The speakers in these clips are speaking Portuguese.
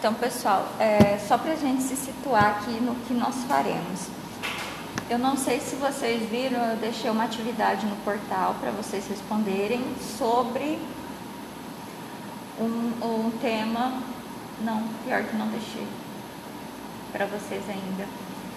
Então, pessoal, só para a gente se situar aqui no que nós faremos. Eu não sei se vocês viram, eu deixei uma atividade no portal para vocês responderem sobre um tema. Não, pior que não deixei para vocês ainda.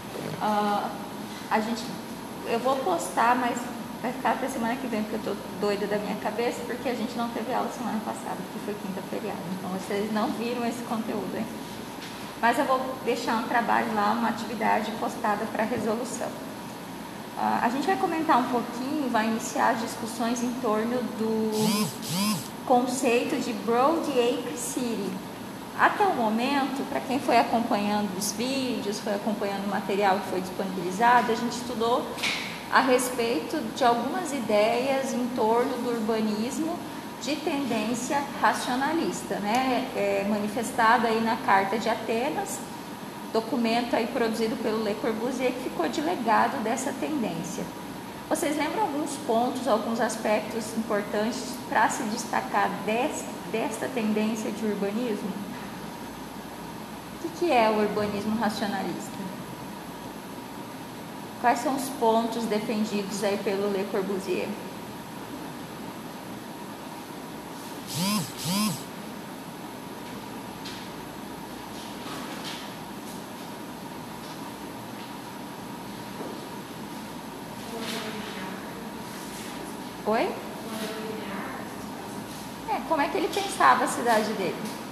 Eu vou postar, mas vai ficar até semana que vem, porque eu tô doida da minha cabeça, porque a gente não teve aula semana passada, que foi quinta feriado. Então vocês não viram esse conteúdo, hein? Mas eu vou deixar um trabalho lá, uma atividade postada para resolução. A gente vai comentar um pouquinho, vai iniciar as discussões em torno do conceito de Broadacre City. Até o momento, para quem foi acompanhando os vídeos, foi acompanhando o material que foi disponibilizado, a gente estudou a respeito de algumas ideias em torno do urbanismo de tendência racionalista, né? Manifestado aí na Carta de Atenas, documento aí produzido pelo Le Corbusier, que ficou de legado dessa tendência. Vocês lembram alguns pontos, alguns aspectos importantes para se destacar desta tendência de urbanismo? O que é o urbanismo racionalista? Quais são os pontos defendidos aí pelo Le Corbusier? Oi? Como é que ele pensava a cidade dele?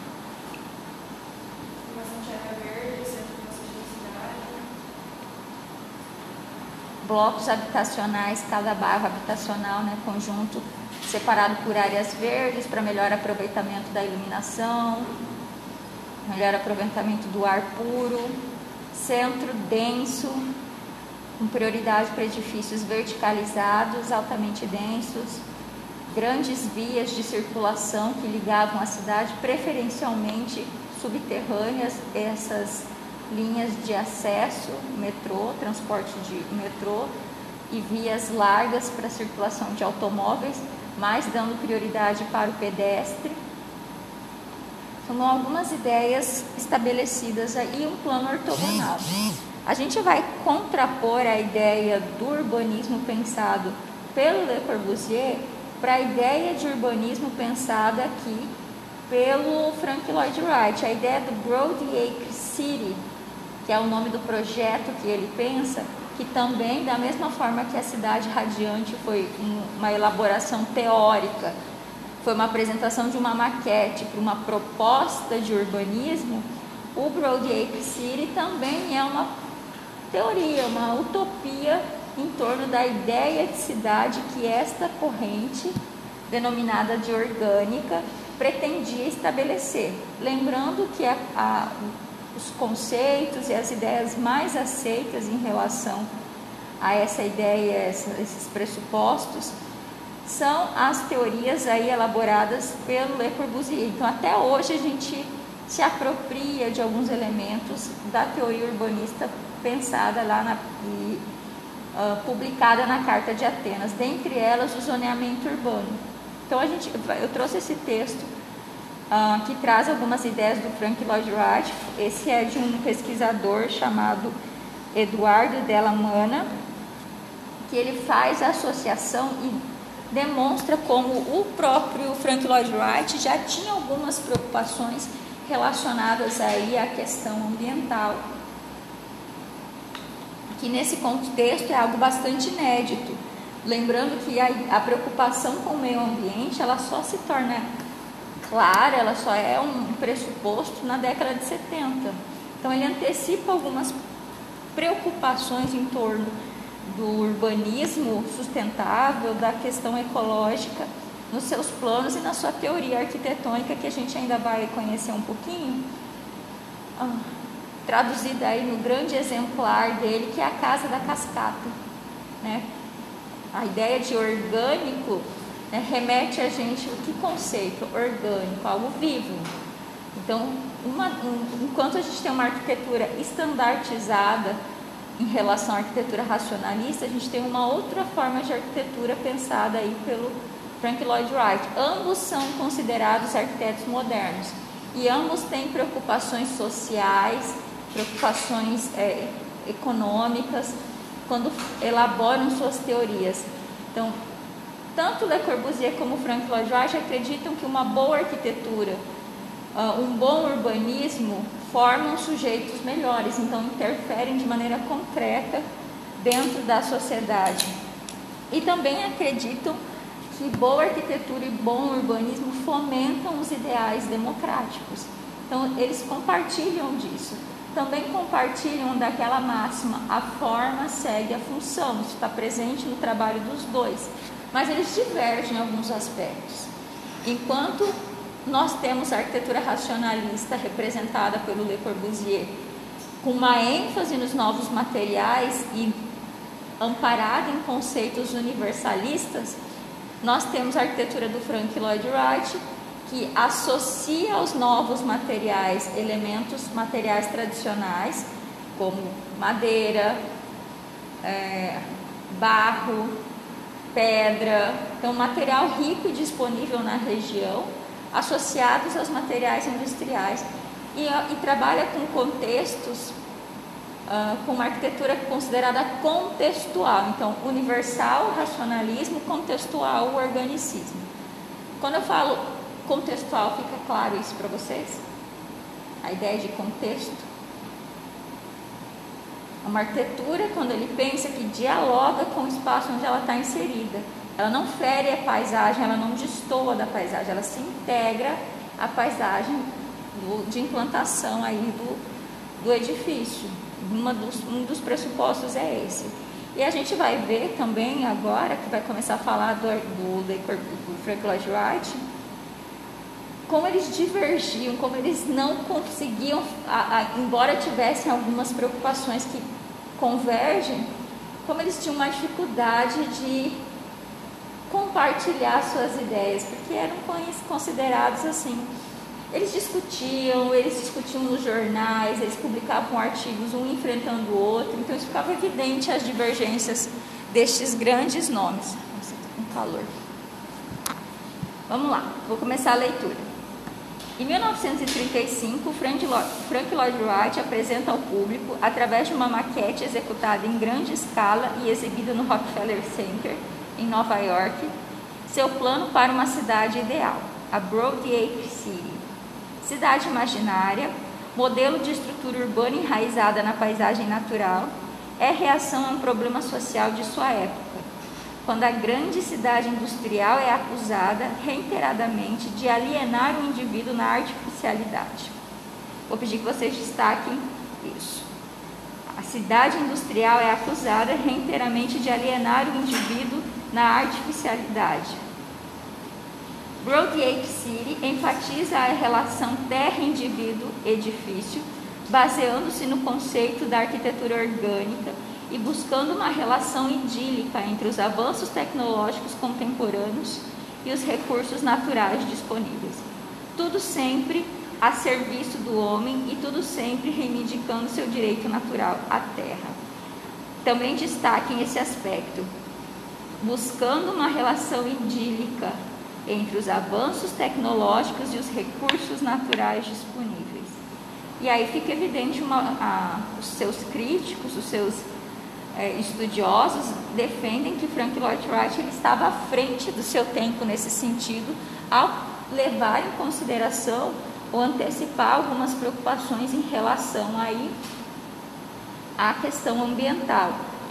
Blocos habitacionais, cada bairro habitacional, né, conjunto separado por áreas verdes para melhor aproveitamento da iluminação, melhor aproveitamento do ar puro, centro denso, com prioridade para edifícios verticalizados, altamente densos, grandes vias de circulação que ligavam a cidade, preferencialmente subterrâneas, essas linhas de acesso, metrô, transporte de metrô e vias largas para circulação de automóveis, mas dando prioridade para o pedestre. São algumas ideias estabelecidas aí, um plano ortogonal. A gente vai contrapor a ideia do urbanismo pensado pelo Le Corbusier para a ideia de urbanismo pensada aqui pelo Frank Lloyd Wright, a ideia do Broadacre City, que é o nome do projeto que ele pensa, que também, da mesma forma que a Cidade Radiante foi uma elaboração teórica, foi uma apresentação de uma maquete para uma proposta de urbanismo, o Broadacre City também é uma teoria, uma utopia em torno da ideia de cidade que esta corrente, denominada de orgânica, pretendia estabelecer. Lembrando que os conceitos e as ideias mais aceitas em relação a essa ideia, esses pressupostos, são as teorias aí elaboradas pelo Le Corbusier. Então, até hoje a gente se apropria de alguns elementos da teoria urbanista pensada lá e publicada na Carta de Atenas, dentre elas o zoneamento urbano. Então, eu trouxe esse texto que traz algumas ideias do Frank Lloyd Wright. Esse é de um pesquisador chamado Eduardo Della Mana, que ele faz a associação e demonstra como o próprio Frank Lloyd Wright já tinha algumas preocupações relacionadas aí à questão ambiental, que nesse contexto é algo bastante inédito. Lembrando que a preocupação com o meio ambiente, ela só se torna clara, ela só é um pressuposto na década de 70. Então ele antecipa algumas preocupações em torno do urbanismo sustentável, da questão ecológica, nos seus planos e na sua teoria arquitetônica, que a gente ainda vai conhecer um pouquinho, traduzida aí no grande exemplar dele, que é a Casa da Cascata, né? A ideia de orgânico, né, remete a gente o que conceito? Orgânico, algo vivo. Então, enquanto a gente tem uma arquitetura estandartizada em relação à arquitetura racionalista, a gente tem uma outra forma de arquitetura pensada aí pelo Frank Lloyd Wright. Ambos são considerados arquitetos modernos. e ambos têm preocupações sociais, preocupações econômicas, quando elaboram suas teorias. Então, tanto Le Corbusier como Frank Lloyd Wright acreditam que uma boa arquitetura, um bom urbanismo formam sujeitos melhores, então interferem de maneira concreta dentro da sociedade. E também acreditam que boa arquitetura e bom urbanismo fomentam os ideais democráticos. Então, eles compartilham disso. Também compartilham daquela máxima, a forma segue a função. Isso está presente no trabalho dos dois. Mas eles divergem em alguns aspectos. Enquanto nós temos a arquitetura racionalista representada pelo Le Corbusier, com uma ênfase nos novos materiais e amparada em conceitos universalistas, nós temos a arquitetura do Frank Lloyd Wright, que associa aos novos materiais elementos materiais tradicionais, como madeira, barro, pedra, então material rico e disponível na região, associados aos materiais industriais, e trabalha com contextos, com uma arquitetura considerada contextual, então universal, racionalismo, contextual, organicismo. Quando eu falo contextual, fica claro isso para vocês? A ideia de contexto. Uma arquitetura, quando ele pensa que dialoga com o espaço onde ela está inserida. Ela não fere a paisagem, ela não destoa da paisagem, ela se integra à paisagem de implantação aí do edifício. Um dos pressupostos é esse. E a gente vai ver também agora, que vai começar a falar do Frank Lloyd Wright, como eles divergiam, como eles não conseguiam, embora tivessem algumas preocupações que convergem, como eles tinham uma dificuldade de compartilhar suas ideias, porque eram considerados assim. Eles discutiam nos jornais, eles publicavam artigos, um enfrentando o outro, então isso ficava evidente as divergências destes grandes nomes. Nossa, estou com calor. Vamos lá, vou começar a leitura. Em 1935, Frank Lloyd Wright apresenta ao público, através de uma maquete executada em grande escala e exibida no Rockefeller Center, em Nova York, seu plano para uma cidade ideal, a Broadacre City. Cidade imaginária, modelo de estrutura urbana enraizada na paisagem natural, é reação a um problema social de sua época, quando a grande cidade industrial é acusada reiteradamente de alienar o indivíduo na artificialidade. Vou pedir que vocês destaquem isso. A cidade industrial é acusada reiteradamente de alienar o indivíduo na artificialidade. Broadacre City enfatiza a relação terra-indivíduo-edifício, baseando-se no conceito da arquitetura orgânica e buscando uma relação idílica entre os avanços tecnológicos contemporâneos e os recursos naturais disponíveis. Tudo sempre a serviço do homem e tudo sempre reivindicando seu direito natural à terra. Também destaquem esse aspecto, buscando uma relação idílica entre os avanços tecnológicos e os recursos naturais disponíveis. E aí fica evidente os seus críticos, os seus estudiosos defendem que Frank Lloyd Wright ele estava à frente do seu tempo nesse sentido, ao levar em consideração ou antecipar algumas preocupações em relação aí à questão ambiental.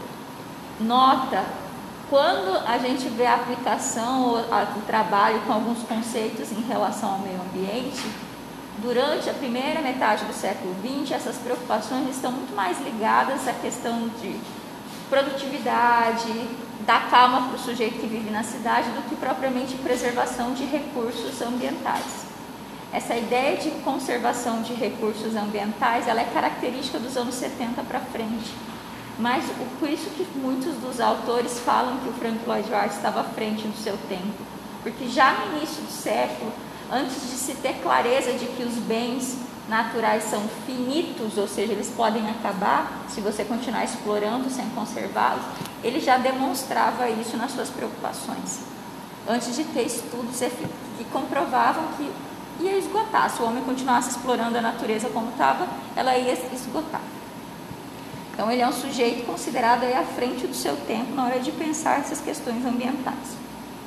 Nota, quando a gente vê a aplicação ou o trabalho com alguns conceitos em relação ao meio ambiente, durante a primeira metade do século XX, essas preocupações estão muito mais ligadas à questão de produtividade, dar calma para o sujeito que vive na cidade, do que propriamente preservação de recursos ambientais. Essa ideia de conservação de recursos ambientais, ela é característica dos anos 70 para frente. Mas por isso que muitos dos autores falam que o Frank Lloyd Wright estava à frente do seu tempo, porque já no início do século, antes de se ter clareza de que os bens naturais são finitos, ou seja, eles podem acabar se você continuar explorando sem conservá-los, ele já demonstrava isso nas suas preocupações, antes de ter estudos que comprovavam que ia esgotar. Se o homem continuasse explorando a natureza como estava, ela ia esgotar. Então ele é um sujeito considerado aí à frente do seu tempo na hora de pensar essas questões ambientais.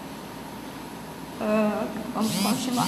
Vamos continuar.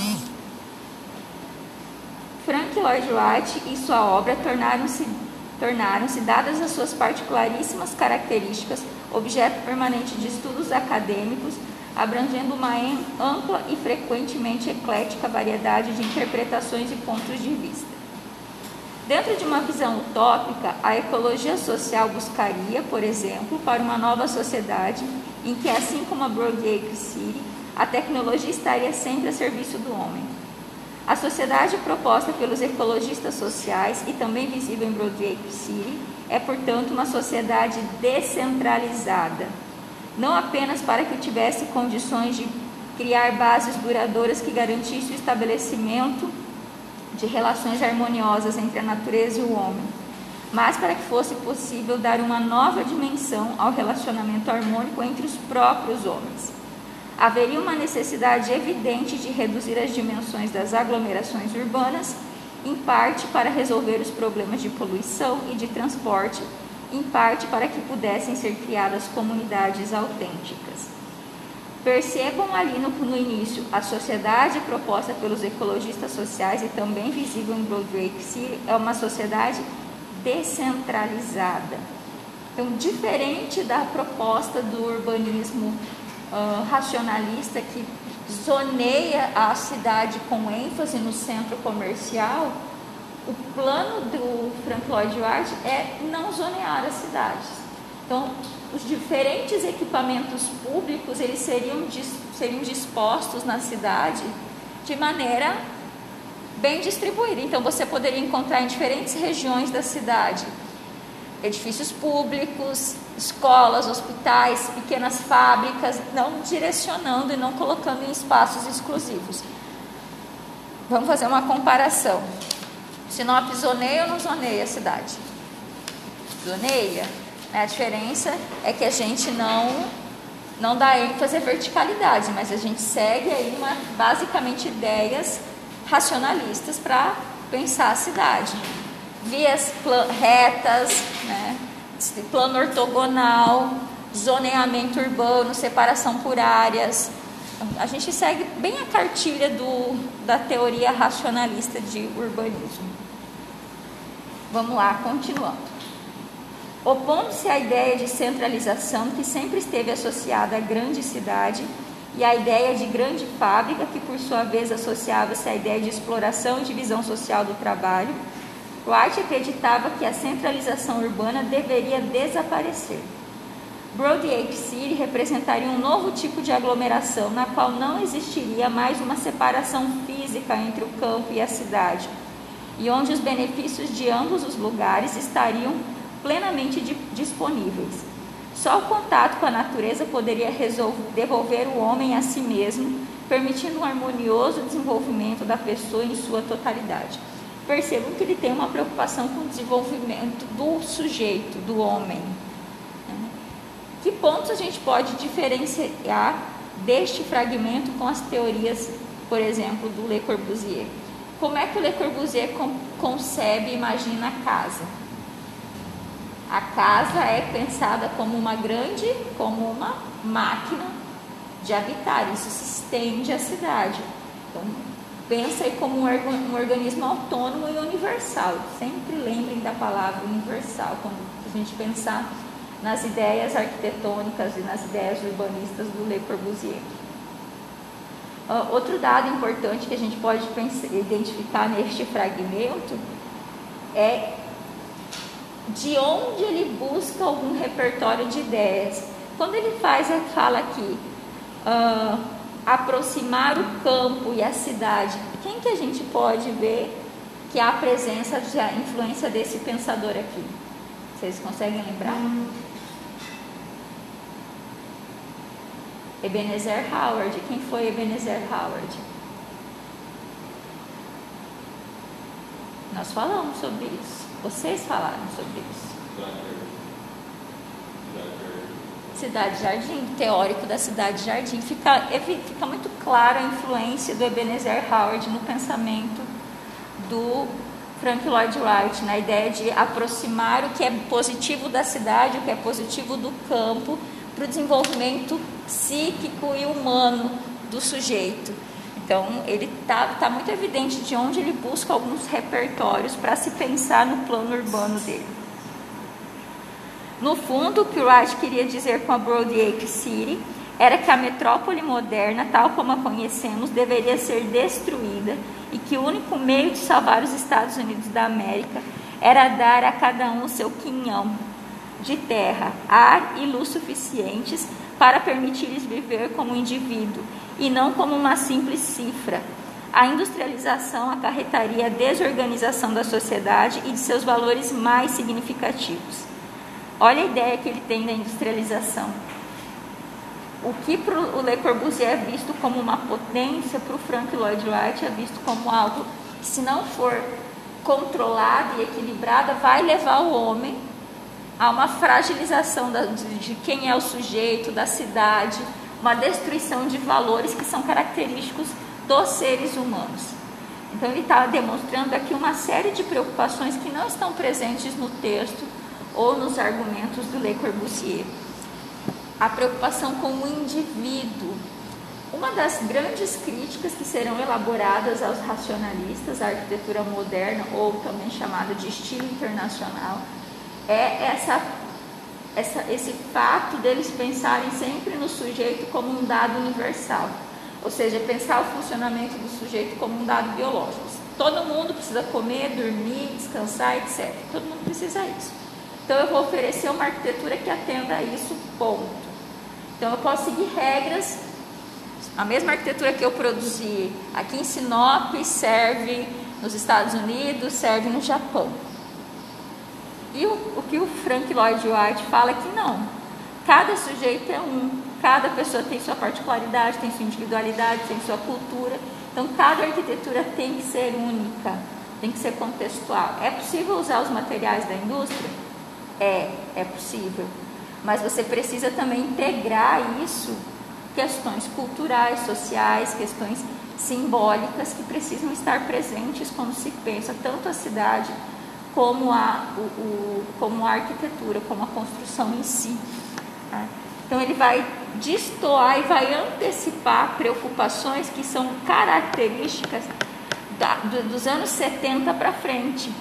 Frank Lloyd Wright e sua obra tornaram-se, dadas as suas particularíssimas características, objeto permanente de estudos acadêmicos, abrangendo uma ampla e frequentemente eclética variedade de interpretações e pontos de vista. Dentro de uma visão utópica, a ecologia social buscaria, por exemplo, para uma nova sociedade em que, assim como a Broadacre City, a tecnologia estaria sempre a serviço do homem. A sociedade proposta pelos ecologistas sociais e também visível em Broadacre City é, portanto, uma sociedade descentralizada, não apenas para que tivesse condições de criar bases duradouras que garantissem o estabelecimento de relações harmoniosas entre a natureza e o homem, mas para que fosse possível dar uma nova dimensão ao relacionamento harmônico entre os próprios homens. Haveria uma necessidade evidente de reduzir as dimensões das aglomerações urbanas, em parte para resolver os problemas de poluição e de transporte, em parte para que pudessem ser criadas comunidades autênticas. Percebam ali no início, a sociedade proposta pelos ecologistas sociais e também visível em Broadacre City é uma sociedade descentralizada. Então, diferente da proposta do urbanismo racionalista que zoneia a cidade com ênfase no centro comercial, o plano do Frank Lloyd Wright é não zonear as cidades. Então, os diferentes equipamentos públicos eles seriam dispostos na cidade de maneira bem distribuída. Então, você poderia encontrar em diferentes regiões da cidade edifícios públicos, escolas, hospitais, pequenas fábricas, não direcionando e não colocando em espaços exclusivos. Vamos fazer uma comparação. Sinop zoneia ou não zoneia a cidade? Zoneia. A diferença é que a gente não dá ênfase à verticalidade, mas a gente segue aí basicamente ideias racionalistas para pensar a cidade. Vias retas, né? Plano ortogonal, zoneamento urbano, separação por áreas. A gente segue bem a cartilha da teoria racionalista de urbanismo. Vamos lá, continuando. Opondo-se à ideia de centralização que sempre esteve associada à grande cidade e à ideia de grande fábrica, que por sua vez associava-se à ideia de exploração e divisão social do trabalho, Wright acreditava que a centralização urbana deveria desaparecer. Broadacre City representaria um novo tipo de aglomeração na qual não existiria mais uma separação física entre o campo e a cidade, e onde os benefícios de ambos os lugares estariam plenamente disponíveis. Só o contato com a natureza poderia devolver o homem a si mesmo, permitindo um harmonioso desenvolvimento da pessoa em sua totalidade. Percebam que ele tem uma preocupação com o desenvolvimento do sujeito, do homem. Que pontos a gente pode diferenciar deste fragmento com as teorias, por exemplo, do Le Corbusier? Como é que o Le Corbusier concebe e imagina a casa? A casa é pensada como uma máquina de habitar, isso se estende à cidade. Então, pensa aí como um organismo autônomo e universal. Sempre lembrem da palavra universal quando a gente pensar nas ideias arquitetônicas e nas ideias urbanistas do Le Corbusier. Outro dado importante que a gente pode identificar neste fragmento é de onde ele busca algum repertório de ideias. Quando ele fala aqui, aproximar o campo e a cidade, quem que a gente pode ver que há a presença, a influência desse pensador aqui? Vocês conseguem lembrar? Ebenezer Howard. Quem foi Ebenezer Howard? Nós falamos sobre isso. Vocês falaram sobre isso. cidade-jardim, teórico da cidade-jardim. Fica muito clara a influência do Ebenezer Howard no pensamento do Frank Lloyd Wright, na ideia de aproximar o que é positivo da cidade, o que é positivo do campo, para o desenvolvimento psíquico e humano do sujeito. Então, ele tá muito evidente de onde ele busca alguns repertórios para se pensar no plano urbano dele. No fundo, o que Wright queria dizer com a Broadacre City era que a metrópole moderna, tal como a conhecemos, deveria ser destruída e que o único meio de salvar os Estados Unidos da América era dar a cada um o seu quinhão de terra, ar e luz suficientes para permitir-lhes viver como indivíduo e não como uma simples cifra. A industrialização acarretaria a desorganização da sociedade e de seus valores mais significativos. Olha a ideia que ele tem da industrialização. O que para o Le Corbusier é visto como uma potência, para o Frank Lloyd Wright é visto como algo que, se não for controlado e equilibrado, vai levar o homem a uma fragilização de quem é o sujeito, da cidade, uma destruição de valores que são característicos dos seres humanos. Então ele está demonstrando aqui uma série de preocupações que não estão presentes no texto ou nos argumentos do Le Corbusier. A preocupação com o indivíduo. Uma das grandes críticas que serão elaboradas aos racionalistas, à arquitetura moderna, ou também chamada de estilo internacional, é esse fato deles pensarem sempre no sujeito como um dado universal. Ou seja, pensar o funcionamento do sujeito como um dado biológico. Todo mundo precisa comer, dormir, descansar, etc. Todo mundo precisa disso. Então eu vou oferecer uma arquitetura que atenda a isso, ponto. Então eu posso seguir regras. A mesma arquitetura que eu produzi aqui em Sinop serve nos Estados Unidos, serve no Japão. E o que o Frank Lloyd Wright fala é que não. Cada sujeito é um. Cada pessoa tem sua particularidade, tem sua individualidade, tem sua cultura. Então cada arquitetura tem que ser única, tem que ser contextual. É possível usar os materiais da indústria? É possível. Mas você precisa também integrar isso, questões culturais, sociais, questões simbólicas que precisam estar presentes quando se pensa tanto a cidade como como a arquitetura, como a construção em si. Tá? Então ele vai destoar e vai antecipar preocupações que são características dos anos 70 para frente.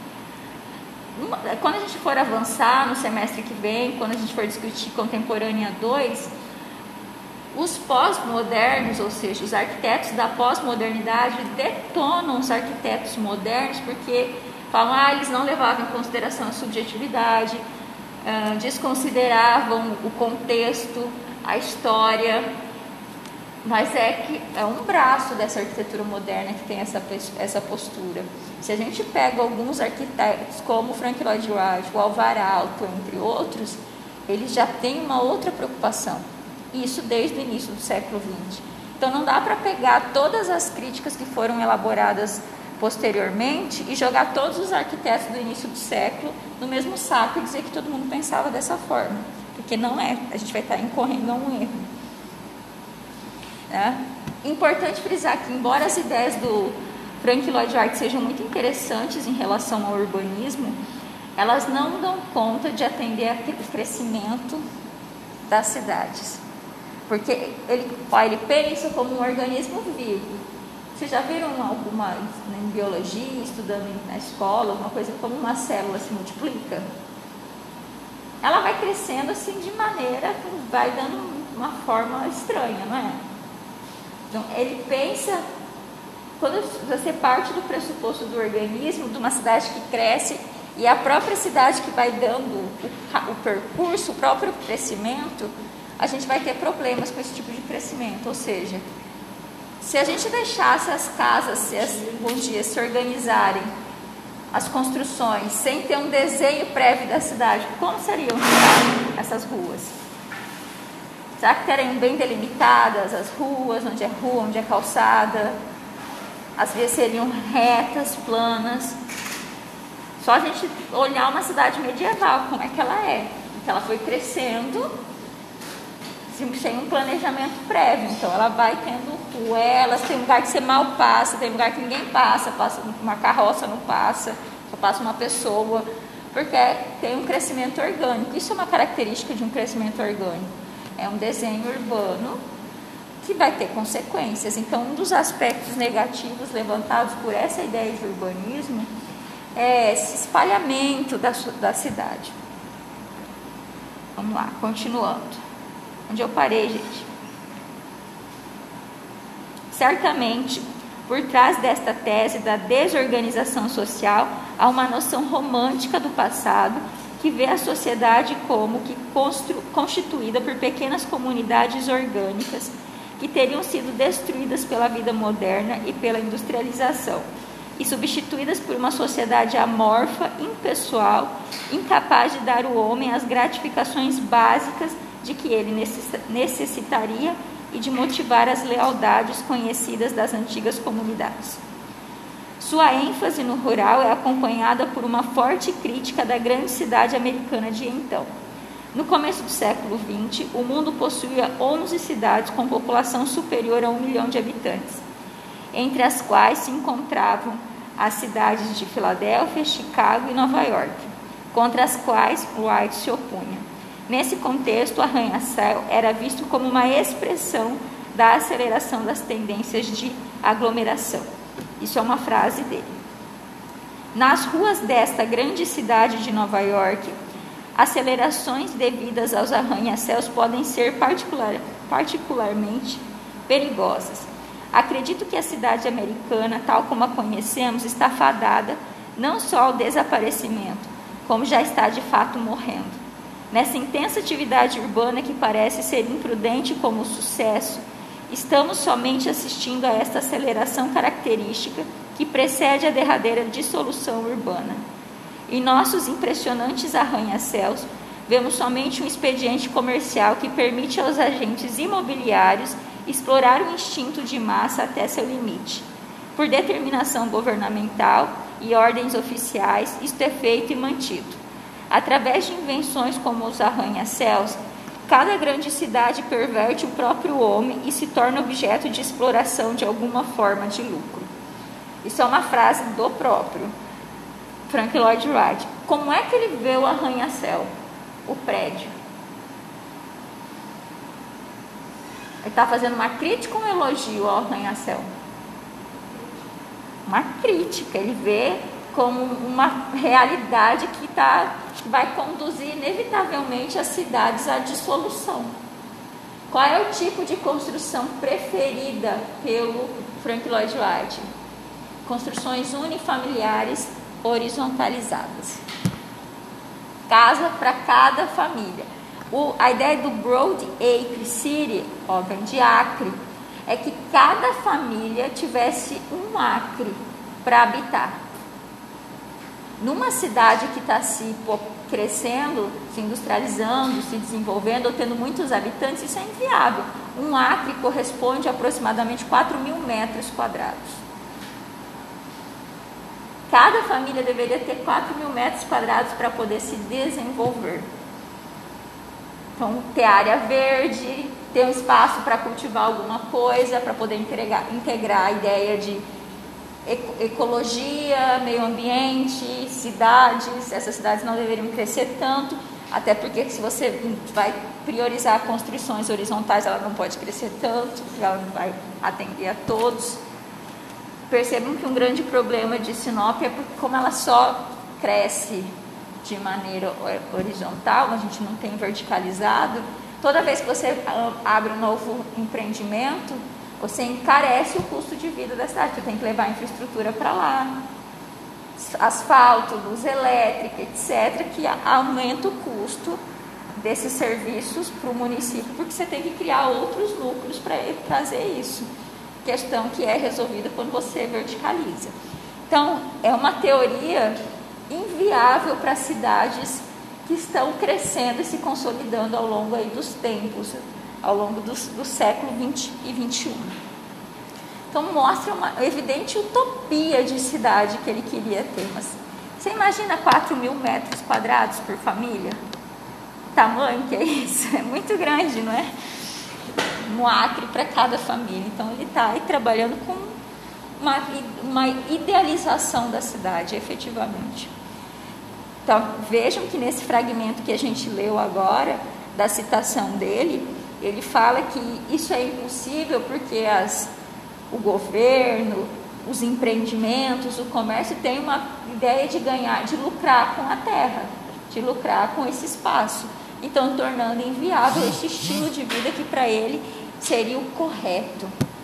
Quando a gente for avançar no semestre que vem, quando a gente for discutir Contemporânea 2, os pós-modernos, ou seja, os arquitetos da pós-modernidade, detonam os arquitetos modernos porque falam, eles não levavam em consideração a subjetividade, desconsideravam o contexto, a história, mas é um braço dessa arquitetura moderna que tem essa postura. Se a gente pega alguns arquitetos como Frank Lloyd Wright, o Alvarado, entre outros, eles já têm uma outra preocupação, isso desde o início do século XX. Então não dá para pegar todas as críticas que foram elaboradas posteriormente e jogar todos os arquitetos do início do século no mesmo saco e dizer que todo mundo pensava dessa forma, porque não é, a gente vai estar incorrendo a um erro. Importante frisar que, embora as ideias do Frank Lloyd Wright sejam muito interessantes em relação ao urbanismo, elas não dão conta de atender ao crescimento das cidades, porque ele pensa como um organismo vivo. Vocês já viram alguma em biologia, estudando na escola, alguma coisa como uma célula se multiplica? Ela vai crescendo assim de maneira que vai dando uma forma estranha, não é? Então, ele pensa, quando você parte do pressuposto do organismo, de uma cidade que cresce, e a própria cidade que vai dando o percurso, o próprio crescimento, a gente vai ter problemas com esse tipo de crescimento. Ou seja, se a gente deixasse as casas se organizarem, as construções, sem ter um desenho prévio da cidade, como seriam essas ruas? Será que teriam bem delimitadas as ruas, onde é rua, onde é calçada? Às vezes seriam retas, planas. Só a gente olhar uma cidade medieval, como é que ela é. Porque ela foi crescendo sem um planejamento prévio. Então ela vai tendo ruelas, tem lugar que você mal passa, tem lugar que ninguém passa uma carroça não passa, só passa uma pessoa, porque tem um crescimento orgânico. Isso é uma característica de um crescimento orgânico. É um desenho urbano que vai ter consequências. Então, um dos aspectos negativos levantados por essa ideia de urbanismo é esse espalhamento da cidade. Vamos lá, continuando. Onde eu parei, gente? Certamente, por trás desta tese da desorganização social, há uma noção romântica do passado que vê a sociedade como que constituída por pequenas comunidades orgânicas que teriam sido destruídas pela vida moderna e pela industrialização e substituídas por uma sociedade amorfa, impessoal, incapaz de dar ao homem as gratificações básicas de que ele necessitaria e de motivar as lealdades conhecidas das antigas comunidades. Sua ênfase no rural é acompanhada por uma forte crítica da grande cidade americana de então. No começo do século XX, o mundo possuía 11 cidades com população superior a 1 milhão de habitantes, entre as quais se encontravam as cidades de Filadélfia, Chicago e Nova York, contra as quais Wright se opunha. Nesse contexto, o arranha-céu era visto como uma expressão da aceleração das tendências de aglomeração. Isso é uma frase dele. Nas ruas desta grande cidade de Nova York, acelerações devidas aos arranha-céus podem ser particularmente perigosas. Acredito que a cidade americana, tal como a conhecemos, está fadada não só ao desaparecimento, como já está de fato morrendo. Nessa intensa atividade urbana que parece ser imprudente como sucesso, estamos somente assistindo a esta aceleração característica que precede a derradeira dissolução urbana. Em nossos impressionantes arranha-céus, vemos somente um expediente comercial que permite aos agentes imobiliários explorar o instinto de massa até seu limite. Por determinação governamental e ordens oficiais, isto é feito e mantido. Através de invenções como os arranha-céus, cada grande cidade perverte o próprio homem e se torna objeto de exploração de alguma forma de lucro. Isso é uma frase do próprio Frank Lloyd Wright. Como é que ele vê o arranha-céu? O prédio. Ele está fazendo uma crítica ou um elogio ao arranha-céu? Uma crítica. Ele vê como uma realidade que vai conduzir inevitavelmente as cidades à dissolução. Qual é o tipo de construção preferida pelo Frank Lloyd Wright? Construções unifamiliares horizontalizadas. Casa para cada família. A ideia do Broad Acre City, vem de acre, é que cada família tivesse um acre para habitar. Numa cidade que está se crescendo, se industrializando, se desenvolvendo, ou tendo muitos habitantes, isso é inviável. Um acre corresponde a aproximadamente 4.000 metros quadrados. Cada família deveria ter 4.000 metros quadrados para poder se desenvolver. Então, ter área verde, ter um espaço para cultivar alguma coisa, para poder integrar a ideia de ecologia, meio ambiente, cidades. Essas cidades não deveriam crescer tanto, até porque se você vai priorizar construções horizontais, ela não pode crescer tanto, porque ela não vai atender a todos. Percebam que um grande problema de Sinop é porque como ela só cresce de maneira horizontal, a gente não tem verticalizado, toda vez que você abre um novo empreendimento, você encarece o custo de vida da cidade, você tem que levar a infraestrutura para lá, asfalto, luz elétrica, etc., que aumenta o custo desses serviços para o município, porque você tem que criar outros núcleos para trazer isso. Questão que é resolvida quando você verticaliza. Então, é uma teoria inviável para cidades que estão crescendo e se consolidando ao longo aí dos tempos, ao longo do século XX e XXI. Então, mostra uma evidente utopia de cidade que ele queria ter. Mas você imagina 4.000 metros quadrados por família? O tamanho que é isso? É muito grande, não é? no Acre para cada família. Então ele está aí trabalhando com uma idealização da cidade, efetivamente. Então vejam que nesse fragmento que a gente leu agora, da citação dele, ele fala que isso é impossível porque o governo, os empreendimentos, o comércio tem uma ideia de ganhar, de lucrar com a terra, de lucrar com esse espaço. Então, tornando inviável este estilo de vida que para ele seria o correto.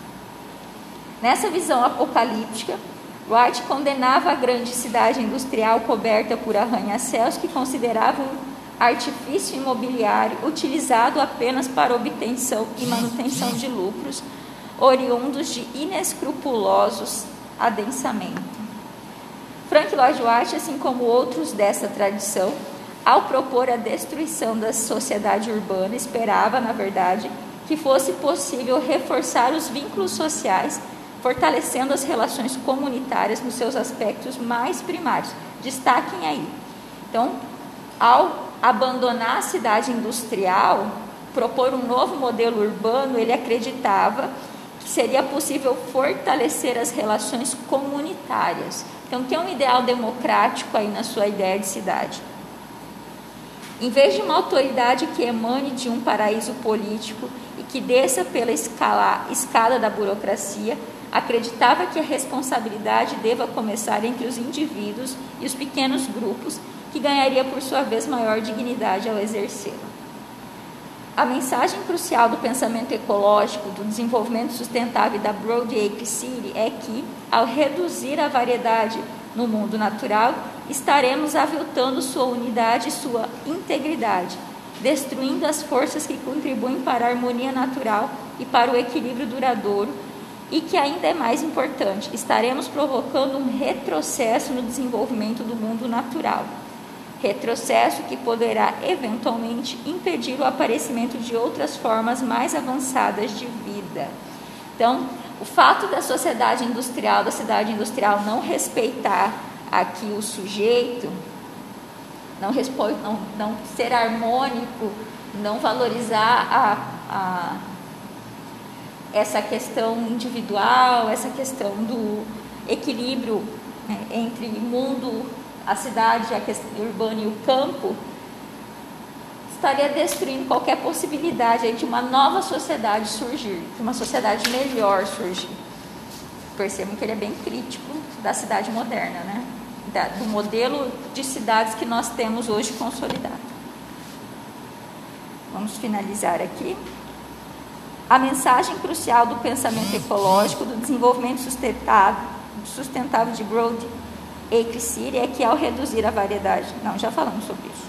Nessa visão apocalíptica, Wright condenava a grande cidade industrial coberta por arranha-céus que considerava um artifício imobiliário utilizado apenas para obtenção e manutenção de lucros oriundos de inescrupulosos adensamento. Frank Lloyd Wright, assim como outros dessa tradição, ao propor a destruição da sociedade urbana, esperava, na verdade, que fosse possível reforçar os vínculos sociais, fortalecendo as relações comunitárias nos seus aspectos mais primários. Destaquem aí. Então, ao abandonar a cidade industrial, propor um novo modelo urbano, ele acreditava que seria possível fortalecer as relações comunitárias. Então, tem um ideal democrático aí na sua ideia de cidade. Em vez de uma autoridade que emane de um paraíso político e que desça pela escada da burocracia, acreditava que a responsabilidade deva começar entre os indivíduos e os pequenos grupos, que ganharia por sua vez maior dignidade ao exercê-la. A mensagem crucial do pensamento ecológico, do desenvolvimento sustentável da Broadacre City é que, ao reduzir a variedade no mundo natural, estaremos aviltando sua unidade e sua integridade, destruindo as forças que contribuem para a harmonia natural e para o equilíbrio duradouro, e que ainda é mais importante, estaremos provocando um retrocesso no desenvolvimento do mundo natural. Retrocesso que poderá eventualmente impedir o aparecimento de outras formas mais avançadas de vida. Então, o fato da sociedade industrial, da cidade industrial não respeitar aqui o sujeito, não ser harmônico, não valorizar essa questão individual, essa questão do equilíbrio, né, entre o mundo, a cidade, a questão urbana e o campo, estaria destruindo qualquer possibilidade de uma nova sociedade surgir, de uma sociedade melhor surgir. Percebam que ele é bem crítico da cidade moderna, né? Do modelo de cidades que nós temos hoje consolidado. Vamos finalizar aqui. A mensagem crucial do pensamento ecológico, do desenvolvimento sustentável de Broadacre City é que, ao reduzir a variedade... Não, já falamos sobre isso.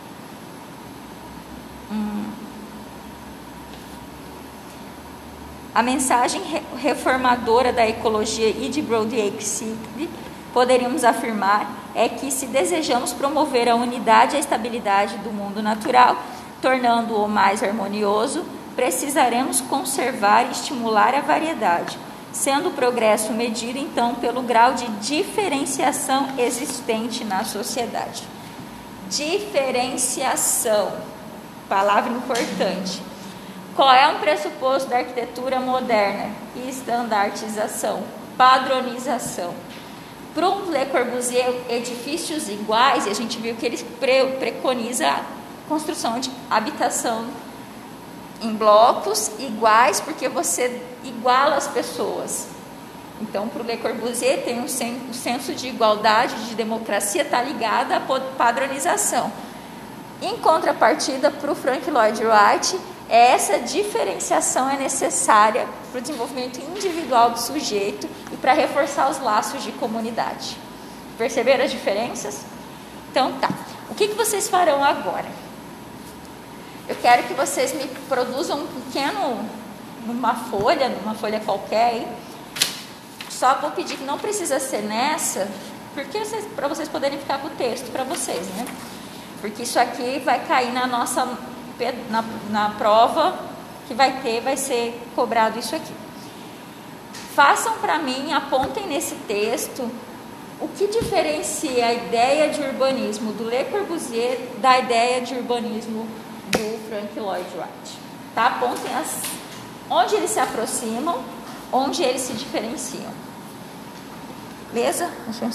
A mensagem reformadora da ecologia e de Broadacre City, poderíamos afirmar, é que, se desejamos promover a unidade e a estabilidade do mundo natural, tornando-o mais harmonioso, precisaremos conservar e estimular a variedade, sendo o progresso medido, então, pelo grau de diferenciação existente na sociedade. Diferenciação, palavra importante. Qual é um pressuposto da arquitetura moderna? Estandartização, padronização. Para um Le Corbusier, edifícios iguais, e a gente viu que ele preconiza a construção de habitação em blocos iguais, porque você iguala as pessoas. Então, para o Le Corbusier, tem o senso de igualdade, de democracia, está ligado à padronização. Em contrapartida, para o Frank Lloyd Wright, essa diferenciação é necessária para o desenvolvimento individual do sujeito e para reforçar os laços de comunidade. Perceberam as diferenças? Então, tá. O que vocês farão agora? Eu quero que vocês me produzam um pequeno, numa folha qualquer, hein? Só vou pedir que não precisa ser nessa, porque para vocês poderem ficar com o texto para vocês, né? Porque isso aqui vai cair na nossa, na prova que vai ser cobrado isso aqui. Façam para mim, apontem nesse texto o que diferencia a ideia de urbanismo do Le Corbusier da ideia de urbanismo do Frank Lloyd Wright. Tá? Apontem onde eles se aproximam, onde eles se diferenciam. Beleza?